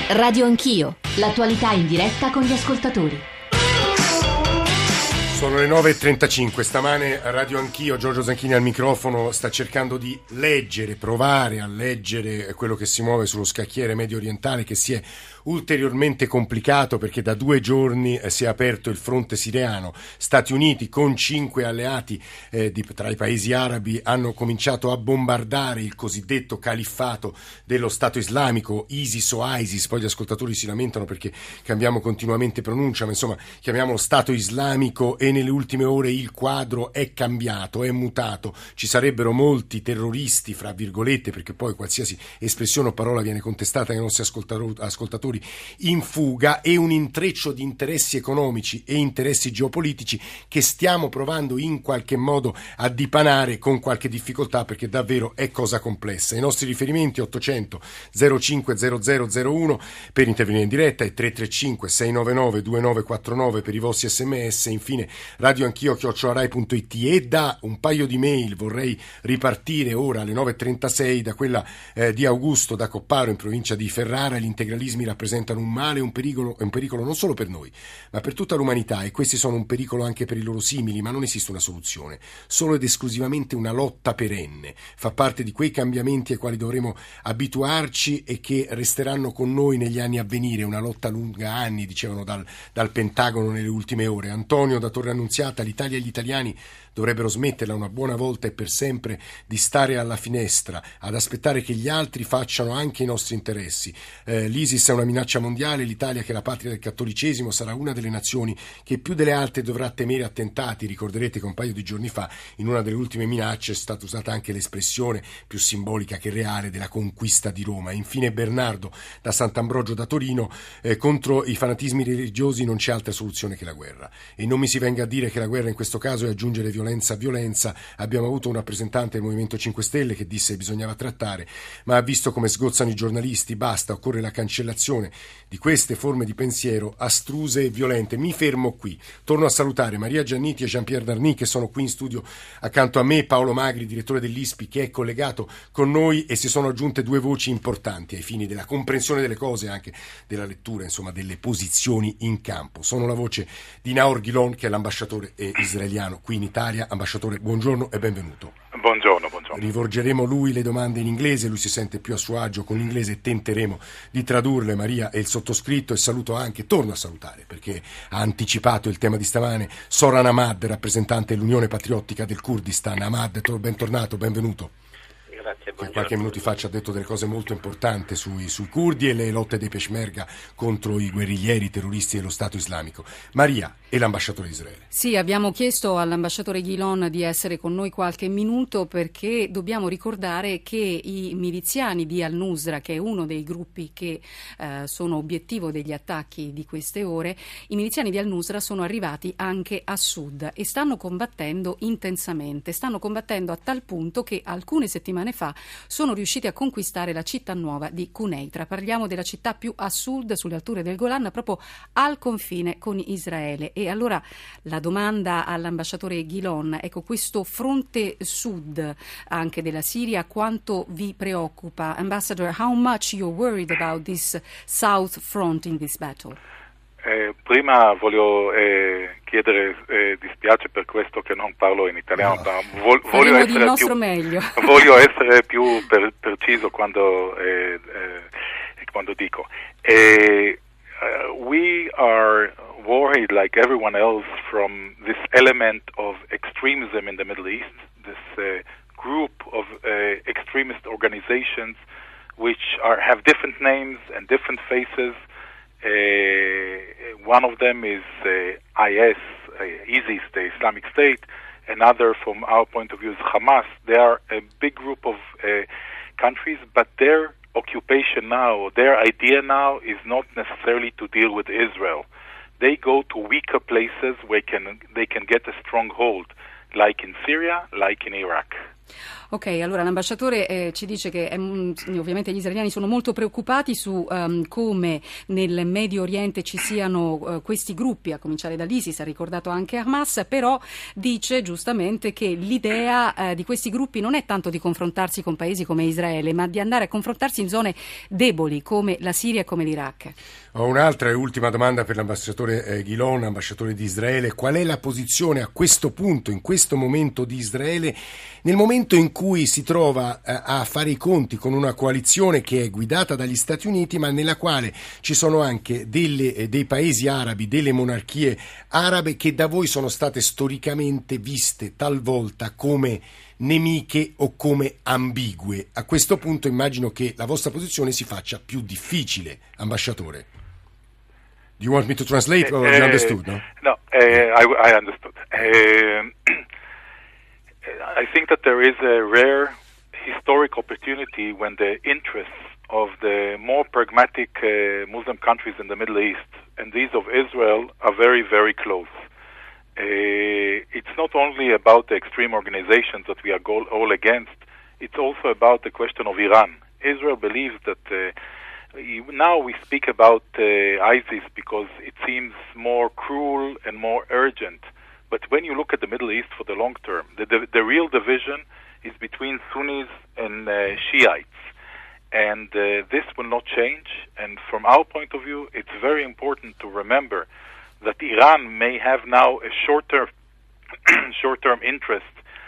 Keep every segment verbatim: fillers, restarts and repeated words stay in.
Radio Anch'io, l'attualità in diretta con gli ascoltatori. Sono le nove e trentacinque, stamane a Radio Anch'io, Giorgio Zanchini al microfono sta cercando di leggere, provare a leggere quello che si muove sullo scacchiere medio orientale, che si è ulteriormente complicato perché da due giorni eh, si è aperto il fronte siriano. Stati Uniti con cinque alleati eh, di, tra i paesi arabi hanno cominciato a bombardare il cosiddetto califfato dello Stato islamico, ISIS o ISIS, poi gli ascoltatori si lamentano perché cambiamo continuamente pronuncia, ma insomma chiamiamolo Stato islamico, e nelle ultime ore il quadro è cambiato, è mutato. Ci sarebbero molti terroristi, fra virgolette, perché poi qualsiasi espressione o parola viene contestata ai nostri ascoltatori, in fuga, e un intreccio di interessi economici e interessi geopolitici che stiamo provando in qualche modo a dipanare con qualche difficoltà, perché davvero è cosa complessa. I nostri riferimenti ottocento zero cinque zero zero zero uno per intervenire in diretta e tre tre cinque sei nove nove due nove quattro nove per i vostri sms. Infine radio anch'io chiocciola rai punto it, e da un paio di mail vorrei ripartire ora alle nove e trentasei da quella eh, di Augusto da Copparo in provincia di Ferrara. Gli integralismi rappresentano un male e un pericolo, un pericolo non solo per noi ma per tutta l'umanità, e questi sono un pericolo anche per i loro simili, ma non esiste una soluzione, solo ed esclusivamente una lotta perenne. Fa parte di quei cambiamenti ai quali dovremo abituarci e che resteranno con noi negli anni a venire, una lotta lunga anni, dicevano dal, dal Pentagono nelle ultime ore. Antonio da Torre Annunziata: l'Italia e gli italiani dovrebbero smetterla una buona volta e per sempre di stare alla finestra ad aspettare che gli altri facciano anche i nostri interessi. Eh, L'ISIS è una minaccia mondiale, l'Italia, che è la patria del cattolicesimo, sarà una delle nazioni che più delle altre dovrà temere attentati. Ricorderete che un paio di giorni fa in una delle ultime minacce è stata usata anche l'espressione più simbolica che reale della conquista di Roma. Infine Bernardo da Sant'Ambrogio da Torino: eh, contro i fanatismi religiosi non c'è altra soluzione che la guerra, e non mi si venga a dire che la guerra in questo caso è aggiungere violenza a violenza. Abbiamo avuto un rappresentante del Movimento cinque Stelle che disse che bisognava trattare, ma ha visto come sgozzano i giornalisti. Basta, occorre la cancellazione di queste forme di pensiero astruse e violente. Mi fermo qui, torno a salutare Maria Gianniti e Jean-Pierre Darny che sono qui in studio accanto a me, Paolo Magri, direttore dell'I S P I, che è collegato con noi, e si sono aggiunte due voci importanti ai fini della comprensione delle cose e anche della lettura, insomma, delle posizioni in campo. Sono la voce di Naor Gilon, che è l'ambasciatore eh, israeliano qui in Italia. Ambasciatore, buongiorno e benvenuto. Buongiorno, buongiorno. Rivolgeremo lui le domande in inglese, lui si sente più a suo agio con l'inglese e tenteremo di tradurle, Maria e il sottoscritto. E saluto anche, torno a salutare perché ha anticipato il tema di stamane, Soran Ahmad, rappresentante dell'Unione Patriottica del Kurdistan. Ahmad, bentornato, benvenuto. Grazie, che qualche minuto fa ci ha detto delle cose molto importanti sui, sui curdi e le lotte dei Peshmerga contro i guerriglieri terroristi dello Stato islamico. Maria e l'ambasciatore di Israele. Sì, abbiamo chiesto all'ambasciatore Gilon di essere con noi qualche minuto perché dobbiamo ricordare che i miliziani di Al-Nusra, che è uno dei gruppi che eh, sono obiettivo degli attacchi di queste ore, i miliziani di Al-Nusra sono arrivati anche a sud e stanno combattendo intensamente, stanno combattendo a tal punto che alcune settimane fa sono riusciti a conquistare la città nuova di Quneitra. Parliamo della città più a sud, sulle alture del Golan, proprio al confine con Israele. E allora la domanda all'ambasciatore Gilon, ecco, questo fronte sud anche della Siria, quanto vi preoccupa? Ambassador, how much you're worried about this south front in this battle? Eh, prima voglio eh, chiedere, eh, dispiace per questo che non parlo in italiano, no. ma vol- voglio, essere il nostro più, meglio. voglio essere più per, preciso quando, eh, eh, quando dico. Eh, uh, we are worried, like everyone else, from this element of extremism in the Middle East, this uh, group of uh, extremist organizations which are have different names and different faces. Uh, one of them is uh, I S, uh, ISIS, the Islamic State. Another, from our point of view, is Hamas. They are a big group of uh, countries, but their occupation now, their idea now, is not necessarily to deal with Israel. They go to weaker places where can they can get a stronghold, like in Syria, like in Iraq. Ok, allora l'ambasciatore eh, ci dice che è, ovviamente gli israeliani sono molto preoccupati su um, come nel Medio Oriente ci siano uh, questi gruppi, a cominciare dall'ISIS, ha ricordato anche Hamas, però dice giustamente che l'idea uh, di questi gruppi non è tanto di confrontarsi con paesi come Israele, ma di andare a confrontarsi in zone deboli come la Siria e come l'Iraq. Ho un'altra e ultima domanda per l'ambasciatore eh, Gilon, ambasciatore di Israele. Qual è la posizione a questo punto, in questo momento di Israele, nel momento in cui si trova eh, a fare i conti con una coalizione che è guidata dagli Stati Uniti, ma nella quale ci sono anche delle, eh, dei paesi arabi, delle monarchie arabe che da voi sono state storicamente viste talvolta come nemiche o come ambigue? A questo punto immagino che la vostra posizione si faccia più difficile, ambasciatore. Do you want me to translate or you understood? No, no uh, I, I understood. Uh, I think that there is a rare historic opportunity when the interests of the more pragmatic uh, Muslim countries in the Middle East and these of Israel are very, very close. Uh, it's not only about the extreme organizations that we are go- all against, it's also about the question of Iran. Israel believes that uh, now we speak about uh, ISIS because it seems more cruel and more urgent. But when you look at the Middle East for the long term, the, the, the real division is between Sunnis and uh, Shiites. And uh, this will not change. And from our point of view, it's very important to remember that Iran may have now a short-term, short-term interest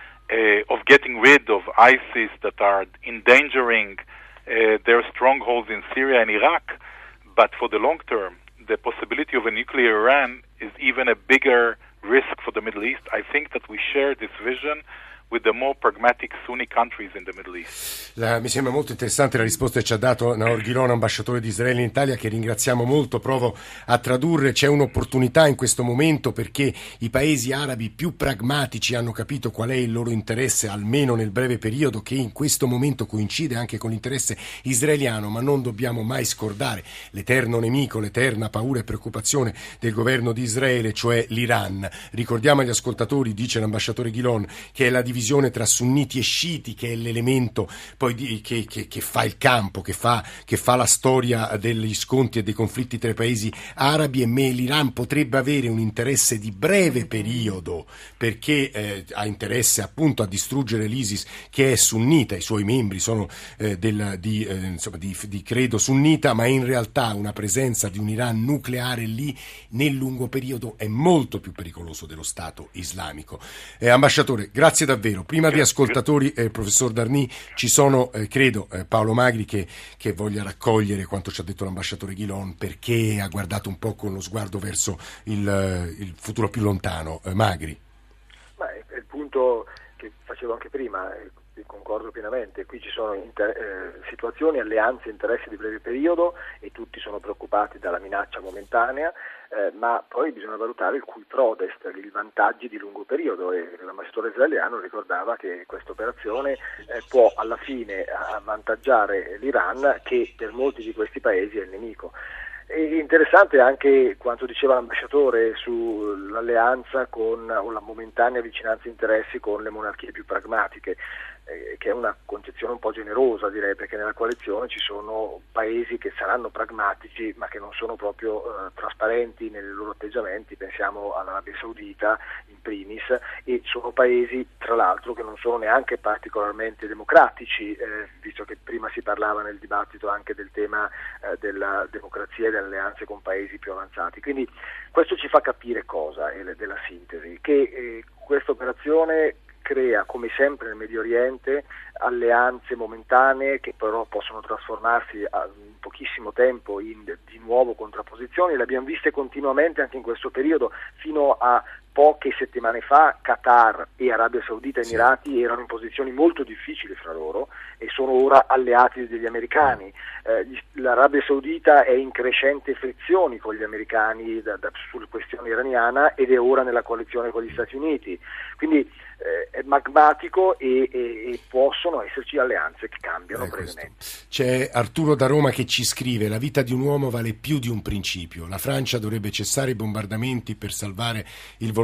uh, of getting rid of ISIS that are endangering uh, their strongholds in Syria and Iraq. But for the long term, the possibility of a nuclear Iran is even a bigger risk for the Middle East. I think that we share this vision with the more pragmatic Sunni countries in the Middle East. La, mi sembra molto interessante la risposta che ci ha dato Naor Gilon, ambasciatore di Israele in Italia, che ringraziamo molto. Provo a tradurre. C'è un'opportunità in questo momento perché i paesi arabi più pragmatici hanno capito qual è il loro interesse, almeno nel breve periodo, che in questo momento coincide anche con l'interesse israeliano, ma non dobbiamo mai scordare l'eterno nemico, l'eterna paura e preoccupazione del governo di Israele, cioè l'Iran. Ricordiamo agli ascoltatori, dice l'ambasciatore Gilon, che è la divisione tra sunniti e sciiti che è l'elemento poi di, che, che, che fa il campo, che fa, che fa la storia degli scontri e dei conflitti tra i paesi arabi, e me l'Iran potrebbe avere un interesse di breve periodo perché eh, ha interesse appunto a distruggere l'ISIS, che è sunnita, i suoi membri sono eh, del, di, eh, insomma, di, di credo sunnita, ma in realtà una presenza di un Iran nucleare lì nel lungo periodo è molto più pericoloso dello Stato islamico. Eh, ambasciatore, grazie davvero. Prima di ascoltatori, eh, professor Darni, ci sono, eh, credo, eh, Paolo Magri che, che voglia raccogliere quanto ci ha detto l'ambasciatore Gilon, perché ha guardato un po' con lo sguardo verso il, il futuro più lontano. Eh, Magri. Ma è, è il punto che facevo anche prima, eh, concordo pienamente. Qui ci sono inter- eh, situazioni, alleanze, interessi di breve periodo e tutti sono preoccupati dalla minaccia momentanea. Eh, ma poi bisogna valutare il cui prodest, i vantaggi di lungo periodo, e l'ambasciatore israeliano ricordava che questa operazione eh, può alla fine avvantaggiare l'Iran, che per molti di questi paesi è il nemico. È interessante anche quanto diceva l'ambasciatore sull'alleanza con, o la momentanea vicinanza di interessi con le monarchie più pragmatiche, eh, che è una concezione un po' generosa, direi, perché nella coalizione ci sono paesi che saranno pragmatici ma che non sono proprio eh, trasparenti nei loro atteggiamenti. Pensiamo all'Arabia Saudita in primis, e sono paesi tra l'altro che non sono neanche particolarmente democratici, eh, visto che prima si parlava nel dibattito anche del tema eh, della democrazia e delle alleanze con paesi più avanzati. Quindi questo ci fa capire cosa è della sintesi, che eh, questa operazione crea, come sempre nel Medio Oriente, alleanze momentanee che però possono trasformarsi in pochissimo tempo in di nuovo contrapposizioni. Le abbiamo viste continuamente anche in questo periodo. Fino a poche settimane fa Qatar e Arabia Saudita e Emirati erano in posizioni molto difficili fra loro e sono ora alleati degli americani. Eh, L'Arabia Saudita è in crescente frizioni con gli americani da, da, sulla questione iraniana ed è ora nella coalizione con gli Stati Uniti. Quindi eh, è magmatico e, e, e possono esserci alleanze che cambiano eh, brevemente. C'è Arturo da Roma che ci scrive: la vita di un uomo vale più di un principio. La Francia dovrebbe cessare i bombardamenti per salvare il volontario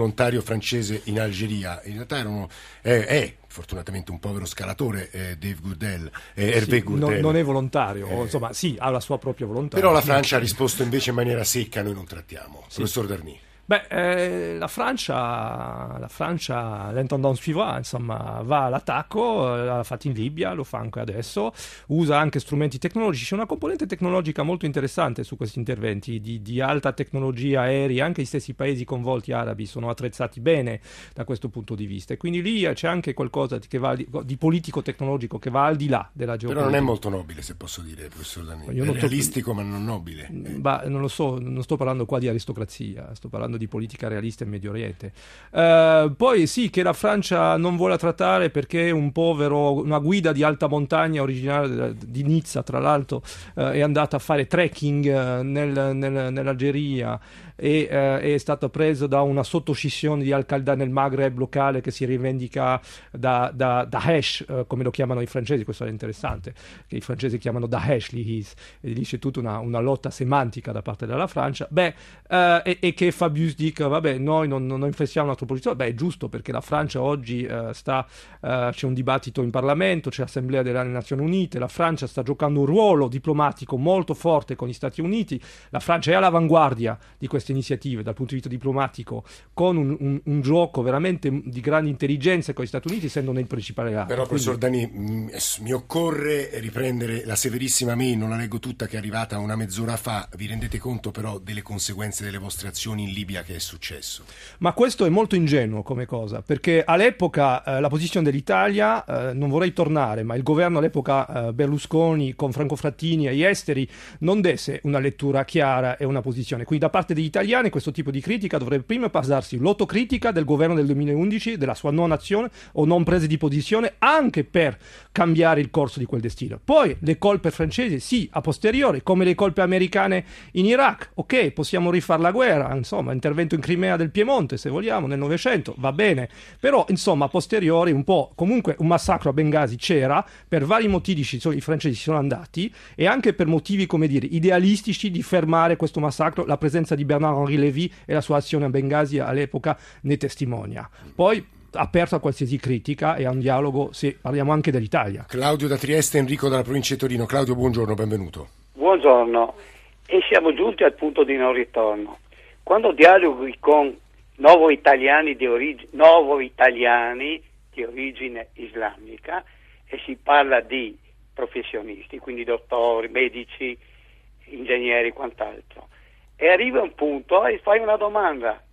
volontario francese in Algeria. In realtà erano, è, è fortunatamente un povero scalatore, eh, Dave Gourdel, eh, Hervé sì, Gourdel. Non, non è volontario, eh, insomma sì, ha la sua propria volontà. Però la Francia ha risposto invece in maniera secca, noi non trattiamo. Sì. Professor Darny. Beh, eh, la Francia, la Francia, l'intendant suivant, insomma, va all'attacco, eh, l'ha fatto in Libia, lo fa anche adesso, usa anche strumenti tecnologici. C'è una componente tecnologica molto interessante su questi interventi, di, di alta tecnologia aerea, anche gli stessi paesi coinvolti arabi sono attrezzati bene da questo punto di vista. E quindi lì c'è anche qualcosa che va di, di politico-tecnologico che va al di là della geopolitica. Però non è molto nobile, se posso dire, professor Darny. È realistico, to... ma non nobile. Bah, non lo so, non sto parlando qua di aristocrazia, sto parlando di politica realista in Medio Oriente. Uh, poi sì, che la Francia non vuole trattare perché un povero, una guida di alta montagna originaria di Nizza, tra l'altro, uh, è andata a fare trekking uh, nel, nel, nell'Algeria e uh, è stato preso da una sottoscissione di Al-Qaeda nel Maghreb locale che si rivendica da, da, da Daesh, uh, come lo chiamano i francesi. Questo è interessante, che i francesi chiamano Daesh l'I S, e lì c'è tutta una, una lotta semantica da parte della Francia. Beh, uh, e, e che Fabius dica vabbè noi non, non inflessiamo la nostra posizione. Beh, è giusto, perché la Francia oggi uh, sta uh, c'è un dibattito in Parlamento, c'è l'Assemblea delle Nazioni Unite, la Francia sta giocando un ruolo diplomatico molto forte con gli Stati Uniti, la Francia è all'avanguardia di queste iniziative dal punto di vista diplomatico, con un, un, un gioco veramente di grande intelligenza con gli Stati Uniti, essendo nel principale alleato. Però professor Darny, mi occorre riprendere la severissima mail, non la leggo tutta, che è arrivata una mezz'ora fa. Vi rendete conto però delle conseguenze delle vostre azioni in Libia che è successo? Ma questo è molto ingenuo come cosa, perché all'epoca eh, la posizione dell'Italia, eh, non vorrei tornare, ma il governo all'epoca eh, Berlusconi con Franco Frattini agli esteri non desse una lettura chiara e una posizione. Quindi da parte degli italiani questo tipo di critica dovrebbe prima basarsi l'autocritica del governo del duemilaundici, della sua non azione o non prese di posizione anche per cambiare il corso di quel destino. Poi le colpe francesi sì, a posteriori, come le colpe americane in Iraq, ok, possiamo rifare la guerra, insomma, intervento in Crimea del Piemonte, se vogliamo, nel Novecento, va bene, però insomma a posteriori un po', comunque un massacro a Bengasi c'era, per vari motivi i francesi sono andati, e anche per motivi, come dire, idealistici di fermare questo massacro. La presenza di Bernard-Henri Lévy e la sua azione a Bengasi all'epoca ne testimonia. Poi aperto a qualsiasi critica e a un dialogo, se parliamo anche dell'Italia. Claudio da Trieste, Enrico dalla provincia di Torino. Claudio, buongiorno, benvenuto. Buongiorno, e siamo giunti al punto di non ritorno. Quando dialoghi con nuovo italiani di origine, nuovo italiani di origine islamica, e si parla di professionisti, quindi dottori, medici, ingegneri e quant'altro, e arriva un punto e fai una domanda: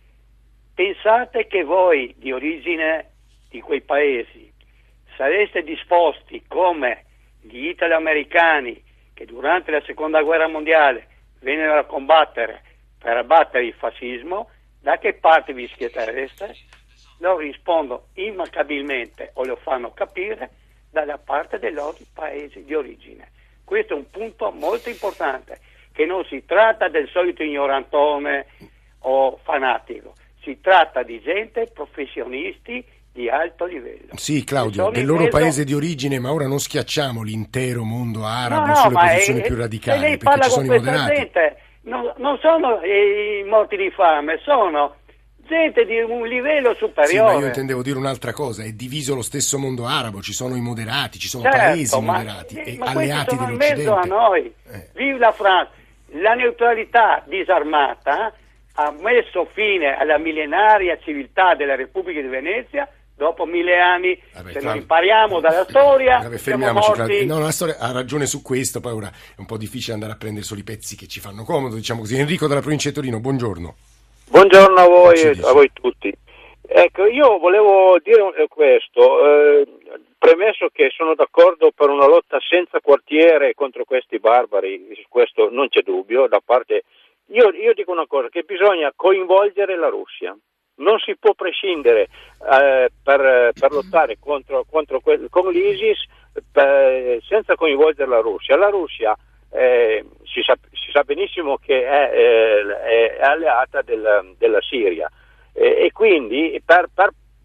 pensate che voi di origine di quei paesi sareste disposti, come gli italo-americani che durante la seconda guerra mondiale vennero a combattere per abbattere il fascismo, da che parte vi schierereste? Loro rispondono immancabilmente, o lo fanno capire, dalla parte dei loro paesi di origine. Questo è un punto molto importante, che non si tratta del solito ignorantone o fanatico, si tratta di gente, professionisti di alto livello. Sì, Claudio, del loro mezzo... paese di origine, ma ora non schiacciamo l'intero mondo arabo no, no, sulle posizioni è, più radicali, lei perché ci sono i moderati. Gente, non, non sono i morti di fame, sono gente di un livello superiore. Sì, ma io intendevo dire un'altra cosa: è diviso lo stesso mondo arabo, ci sono i moderati, ci sono certo, paesi ma, moderati eh, e ma alleati sono dell'Occidente. In mezzo a noi. Eh. Vive la Francia. La neutralità disarmata ha messo fine alla millenaria civiltà della Repubblica di Venezia dopo mille anni. Vabbè, se non impariamo dalla storia, vabbè, fermiamoci, morti... no, la storia ha ragione su questo, poi ora è un po' difficile andare a prendere solo i pezzi che ci fanno comodo, diciamo così. Enrico dalla provincia di Torino, buongiorno. Buongiorno a voi e a voi tutti. Ecco, io volevo dire questo, eh, premesso che sono d'accordo per una lotta senza quartiere contro questi barbari, questo non c'è dubbio, da parte, io, io dico una cosa, che bisogna coinvolgere la Russia, non si può prescindere eh, per, per lottare contro, contro con l'ISIS per, senza coinvolgere la Russia. La Russia eh, si, sa, si sa benissimo che è, eh, è alleata del, della Siria. E quindi per, per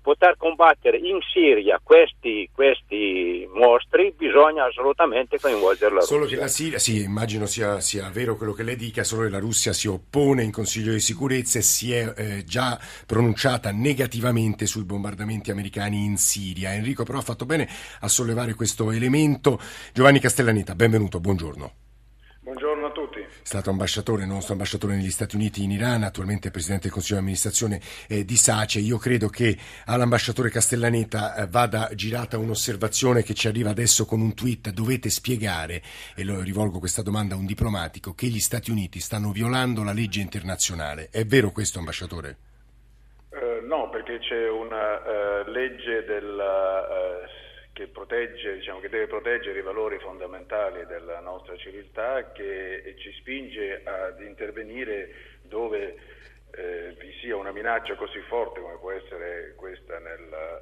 poter combattere in Siria questi, questi mostri bisogna assolutamente coinvolgere la Russia. Solo che la Siria, sì, immagino sia, sia vero quello che lei dica, solo che la Russia si oppone in Consiglio di sicurezza e si è eh, già pronunciata negativamente sui bombardamenti americani in Siria. Enrico però ha fatto bene a sollevare questo elemento. Giovanni Castellaneta, benvenuto, buongiorno. Buongiorno a tutti. È stato ambasciatore, nostro ambasciatore negli Stati Uniti in Iran, attualmente presidente del Consiglio di amministrazione eh, di SACE. Io credo che all'ambasciatore Castellaneta eh, vada girata un'osservazione che ci arriva adesso con un tweet: dovete spiegare, e lo rivolgo questa domanda a un diplomatico, che gli Stati Uniti stanno violando la legge internazionale. È vero questo, ambasciatore? Uh, no, perché c'è una uh, legge della... Uh, che protegge, diciamo, che deve proteggere i valori fondamentali della nostra civiltà, che ci spinge ad intervenire dove eh, vi sia una minaccia così forte come può essere questa nel,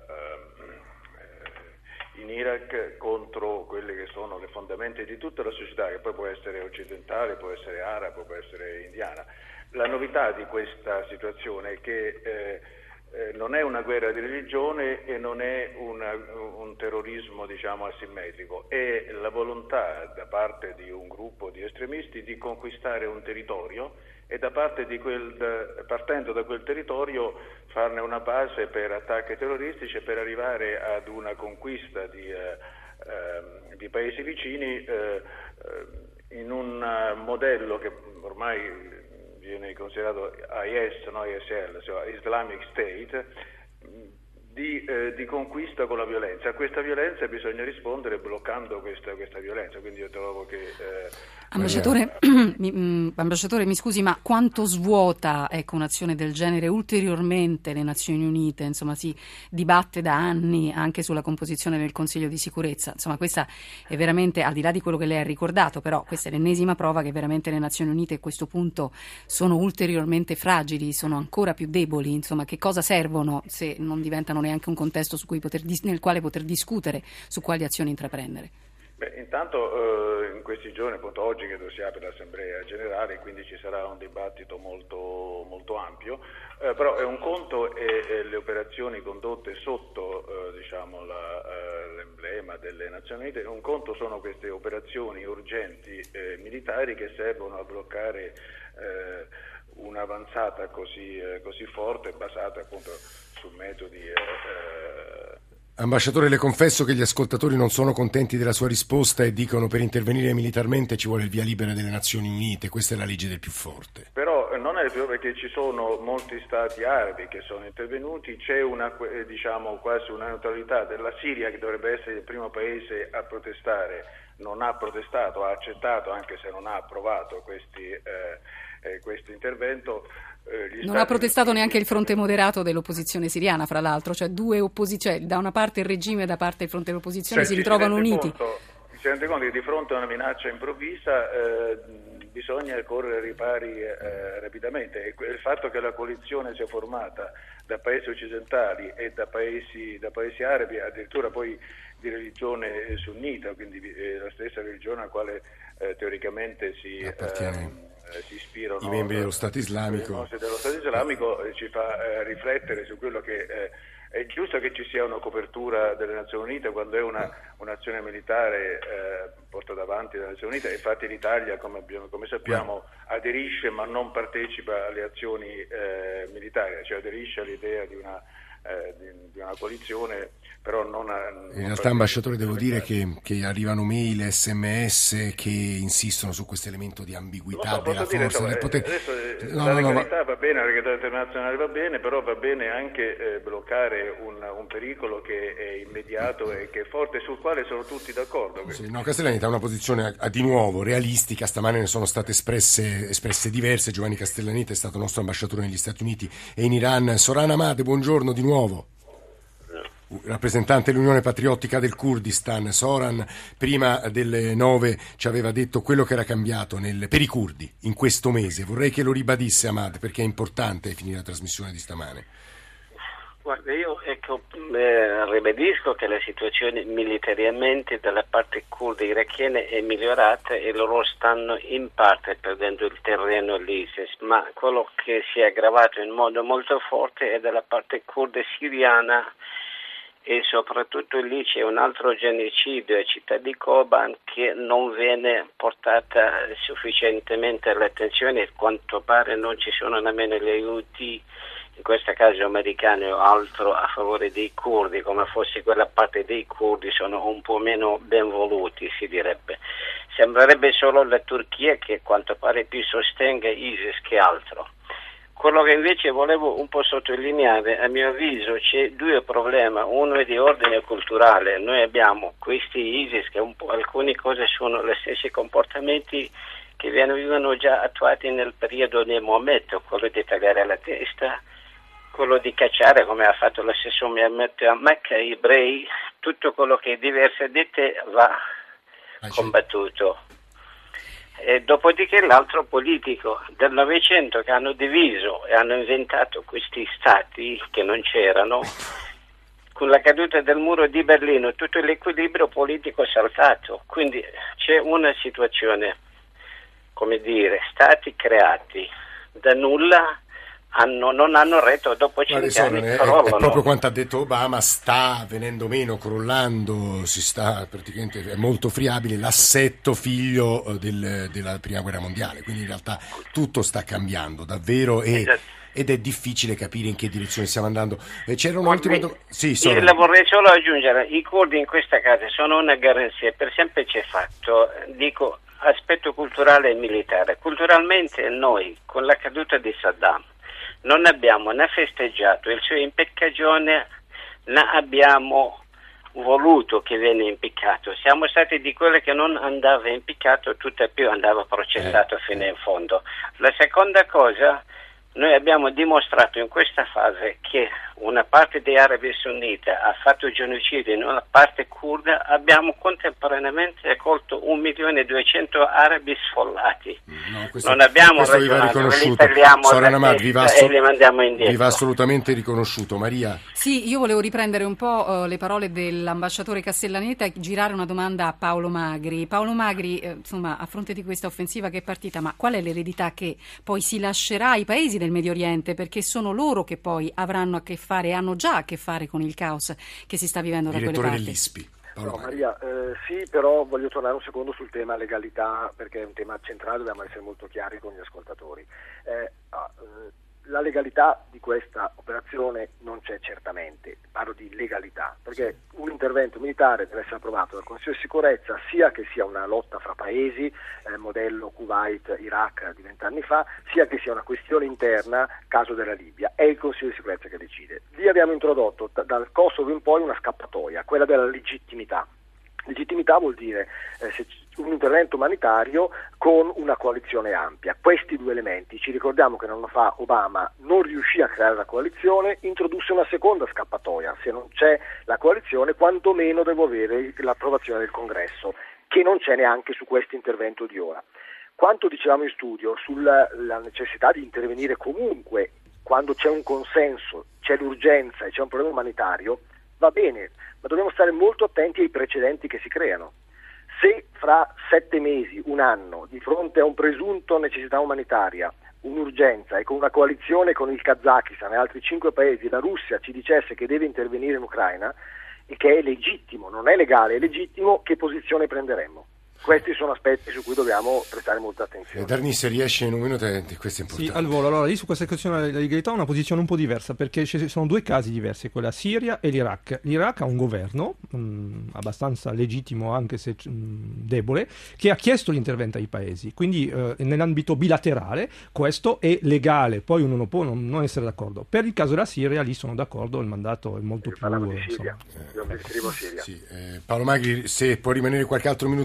eh, in Iraq, contro quelle che sono le fondamenta di tutta la società, che poi può essere occidentale, può essere arabo, può essere indiana. La novità di questa situazione è che eh, Eh, non è una guerra di religione e non è una, un terrorismo, diciamo, asimmetrico, è la volontà da parte di un gruppo di estremisti di conquistare un territorio e da parte di quel, da, partendo da quel territorio farne una base per attacchi terroristici e per arrivare ad una conquista di, eh, eh, di paesi vicini eh, in un modello che ormai viene considerato I S, no I S L, cioè Islamic State, di, eh, di conquista con la violenza. A questa violenza bisogna rispondere bloccando questa, questa violenza, quindi io trovo che... Eh, Ambasciatore, mi, mh, ambasciatore, mi scusi, ma quanto svuota, ecco, un'azione del genere ulteriormente le Nazioni Unite? Insomma, si dibatte da anni anche sulla composizione del Consiglio di sicurezza. Insomma, questa è veramente, al di là di quello che lei ha ricordato, però questa è l'ennesima prova che veramente le Nazioni Unite a questo punto sono ulteriormente fragili, sono ancora più deboli. Insomma, che cosa servono se non diventano neanche un contesto su cui poter, nel quale poter discutere su quali azioni intraprendere? Beh, intanto eh, in questi giorni, appunto oggi che si apre l'Assemblea Generale, quindi ci sarà un dibattito molto, molto ampio, eh, però è un conto e, e le operazioni condotte sotto eh, diciamo la, eh, l'emblema delle Nazioni Unite, un conto sono queste operazioni urgenti eh, militari che servono a bloccare eh, un'avanzata così, eh, così forte, basata appunto su metodi... Eh, eh, Ambasciatore, le confesso che gli ascoltatori non sono contenti della sua risposta e dicono: per intervenire militarmente ci vuole il via libera delle Nazioni Unite, questa è la legge del più forte. Però non è vero, perché ci sono molti stati arabi che sono intervenuti, c'è una, diciamo, quasi una neutralità della Siria, che dovrebbe essere il primo paese a protestare, non ha protestato, ha accettato, anche se non ha approvato questi, eh, eh, questo intervento. Eh, non ha protestato neanche il fronte moderato dell'opposizione siriana, fra l'altro, cioè due opposizioni, da una parte il regime e da parte il fronte dell'opposizione, cioè, si ritrovano si uniti. Conto, si rende conto che di fronte a una minaccia improvvisa eh, bisogna correre ai ripari eh, rapidamente, e il fatto che la coalizione sia formata da paesi occidentali e da paesi, da paesi arabi, addirittura poi di religione sunnita, quindi eh, la stessa religione alla quale eh, teoricamente si appartiene. Eh, si ispirano i membri dello Stato Islamico, dello Stato Islamico eh, ci fa eh, riflettere su quello che eh, è giusto che ci sia una copertura delle Nazioni Unite quando è una, un'azione militare eh, portata avanti dalle Nazioni Unite. Infatti l'Italia, come, abbiamo, come sappiamo, aderisce ma non partecipa alle azioni eh, militari, cioè aderisce all'idea di una, eh, di, di una coalizione, però non a, in realtà, ambasciatore, devo dire che, che arrivano mail, sms che insistono su questo elemento di ambiguità so, della dire, forza no, del potere. Adesso, no, la no, legalità no, va bene, la legalità internazionale va bene, però va bene anche eh, bloccare un, un pericolo che è immediato e che è forte, sul quale sono tutti d'accordo. Sì, no, Castellaneta ha una posizione a, di nuovo realistica. Stamane ne sono state espresse, espresse diverse. Giovanni Castellaneta è stato nostro ambasciatore negli Stati Uniti e in Iran. Soran Ahmad, buongiorno di nuovo. Rappresentante dell'Unione Patriottica del Kurdistan. Soran prima delle nove ci aveva detto quello che era cambiato nel, per i curdi in questo mese. Vorrei che lo ribadisse, Ahmad, perché è importante finire la trasmissione di stamane. Guarda, io ecco, eh, ribadisco che la situazione militariamente dalla parte curda irachena è migliorata e loro stanno in parte perdendo il terreno all'ISIS, ma quello che si è aggravato in modo molto forte è dalla parte curda siriana e soprattutto lì c'è un altro genocidio a città di Kobane che non viene portata sufficientemente all'attenzione, a quanto pare non ci sono nemmeno gli aiuti, in questo caso americani o altro, a favore dei curdi, come fosse quella parte dei curdi sono un po' meno ben voluti, si direbbe. Sembrerebbe solo la Turchia che a quanto pare più sostenga ISIS che altro. Quello che invece volevo un po' sottolineare, a mio avviso c'è due problemi, uno è di ordine culturale, noi abbiamo questi ISIS che un po' alcune cose sono gli stessi comportamenti che venivano già attuati nel periodo di Maometto, quello di tagliare la testa, quello di cacciare come ha fatto lo stesso Maometto a Mecca, ebrei, tutto quello che è diversamente va combattuto. E dopodiché l'altro politico del Novecento che hanno diviso e hanno inventato questi stati che non c'erano, con la caduta del muro di Berlino tutto l'equilibrio politico è saltato, quindi c'è una situazione, come dire, stati creati da nulla hanno, non hanno retto, dopo cinque anni è, crollano. È proprio quanto ha detto Obama, sta venendo meno, crollando, si sta praticamente, è molto friabile l'assetto figlio del, della prima guerra mondiale, quindi in realtà tutto sta cambiando davvero e, esatto. Ed è difficile capire in che direzione stiamo andando. E c'era un'ultima domanda. Sì, io la vorrei solo aggiungere, i curdi in questa casa sono una garanzia per semplice fatto, dico aspetto culturale e militare. Culturalmente noi con la caduta di Saddam non abbiamo né festeggiato il suo impiccagione né abbiamo voluto che viene impiccato, siamo stati di quelli che non andava impiccato, tutto più andava processato eh. fino in fondo. La seconda cosa, noi abbiamo dimostrato in questa fase che una parte dei arabi sunnita ha fatto genocidio in una parte curda, abbiamo contemporaneamente accolto un milione e duecento arabi sfollati. No, questo, non abbiamo ragionato, li tagliamo Sorana da vi va e li mandiamo indietro. Vi va assolutamente riconosciuto. Maria? Sì, io volevo riprendere un po' uh, le parole dell'ambasciatore Castellaneta e girare una domanda a Paolo Magri. Paolo Magri, eh, insomma, a fronte di questa offensiva che è partita, ma qual è l'eredità che poi si lascerà ai paesi del Medio Oriente? Perché sono loro che poi avranno a che fare e hanno già a che fare con il caos che si sta vivendo da quelle parti. Dell'I S P I. No, Maria, eh, sì, però voglio tornare un secondo sul tema legalità, perché è un tema centrale, dobbiamo essere molto chiari con gli ascoltatori. Eh, ah, eh, la legalità di questa operazione non c'è certamente, parlo di legalità, perché un intervento militare deve essere approvato dal Consiglio di sicurezza, sia che sia una lotta fra paesi, eh, modello Kuwait, Iraq di vent'anni fa, sia che sia una questione interna, caso della Libia, è il Consiglio di sicurezza che decide. Lì abbiamo introdotto t- dal Kosovo in poi una scappatoia, quella della legittimità. Legittimità vuol dire eh, se un intervento umanitario con una coalizione ampia. Questi due elementi, ci ricordiamo che un anno fa Obama non riuscì a creare la coalizione, introdusse una seconda scappatoia: se non c'è la coalizione quantomeno devo avere l'approvazione del Congresso, che non c'è neanche su questo intervento di ora. Quanto dicevamo in studio sulla la necessità di intervenire comunque quando c'è un consenso, c'è l'urgenza e c'è un problema umanitario, va bene, ma dobbiamo stare molto attenti ai precedenti che si creano. Se fra sette mesi, un anno, di fronte a un presunto necessità umanitaria, un'urgenza e con una coalizione con il Kazakistan e altri cinque paesi, la Russia ci dicesse che deve intervenire in Ucraina e che è legittimo, non è legale, è legittimo, che posizione prenderemmo? Questi sono aspetti su cui dobbiamo prestare molta attenzione. Eh, Darni, se riesce in un minuto, questo è importante. Sì, al volo. Allora, lì su questa questione della legalità ho una posizione un po' diversa, perché ci sono due casi diversi, quella Siria e l'Iraq. L'Iraq ha un governo mh, abbastanza legittimo, anche se mh, debole, che ha chiesto l'intervento ai paesi, quindi eh, nell'ambito bilaterale questo è legale, poi uno può non, non essere d'accordo. Per il caso della Siria lì sono d'accordo, il mandato è molto Io più... parlavo di Siria, io mi riferivo a Siria. Sì, eh, Paolo Magri, se può rimanere qualche altro minuto con noi,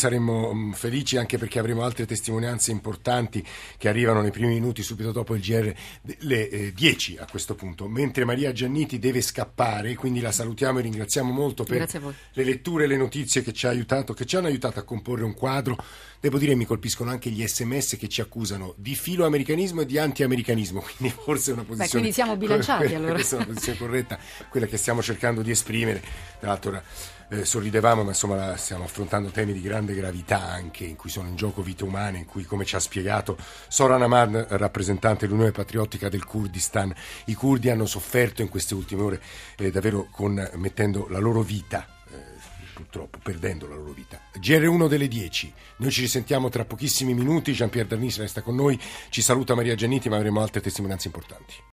saremmo mh, felici anche perché avremo altre testimonianze importanti che arrivano nei primi minuti subito dopo il G R, le eh, dieci a questo punto, mentre Maria Gianniti deve scappare, quindi la salutiamo e ringraziamo molto per le letture e le notizie che ci ha aiutato, che ci hanno aiutato a comporre un quadro. Devo dire mi colpiscono anche gli sms che ci accusano di filoamericanismo e di anti-americanismo, quindi forse è una posizione... Beh, quindi siamo bilanciati allora. Questa è una posizione corretta, quella che stiamo cercando di esprimere. Tra l'altro eh, sorridevamo, ma insomma stiamo affrontando temi di grande gravità anche, in cui sono in gioco vite umane, in cui, come ci ha spiegato Soran Ahmad, rappresentante dell'Unione Patriottica del Kurdistan, i curdi hanno sofferto in queste ultime ore eh, davvero con, mettendo la loro vita, purtroppo perdendo la loro vita. G R uno delle dieci, noi ci risentiamo tra pochissimi minuti. Jean-Pierre Darnis resta con noi, ci saluta Maria Gianniti, ma avremo altre testimonianze importanti.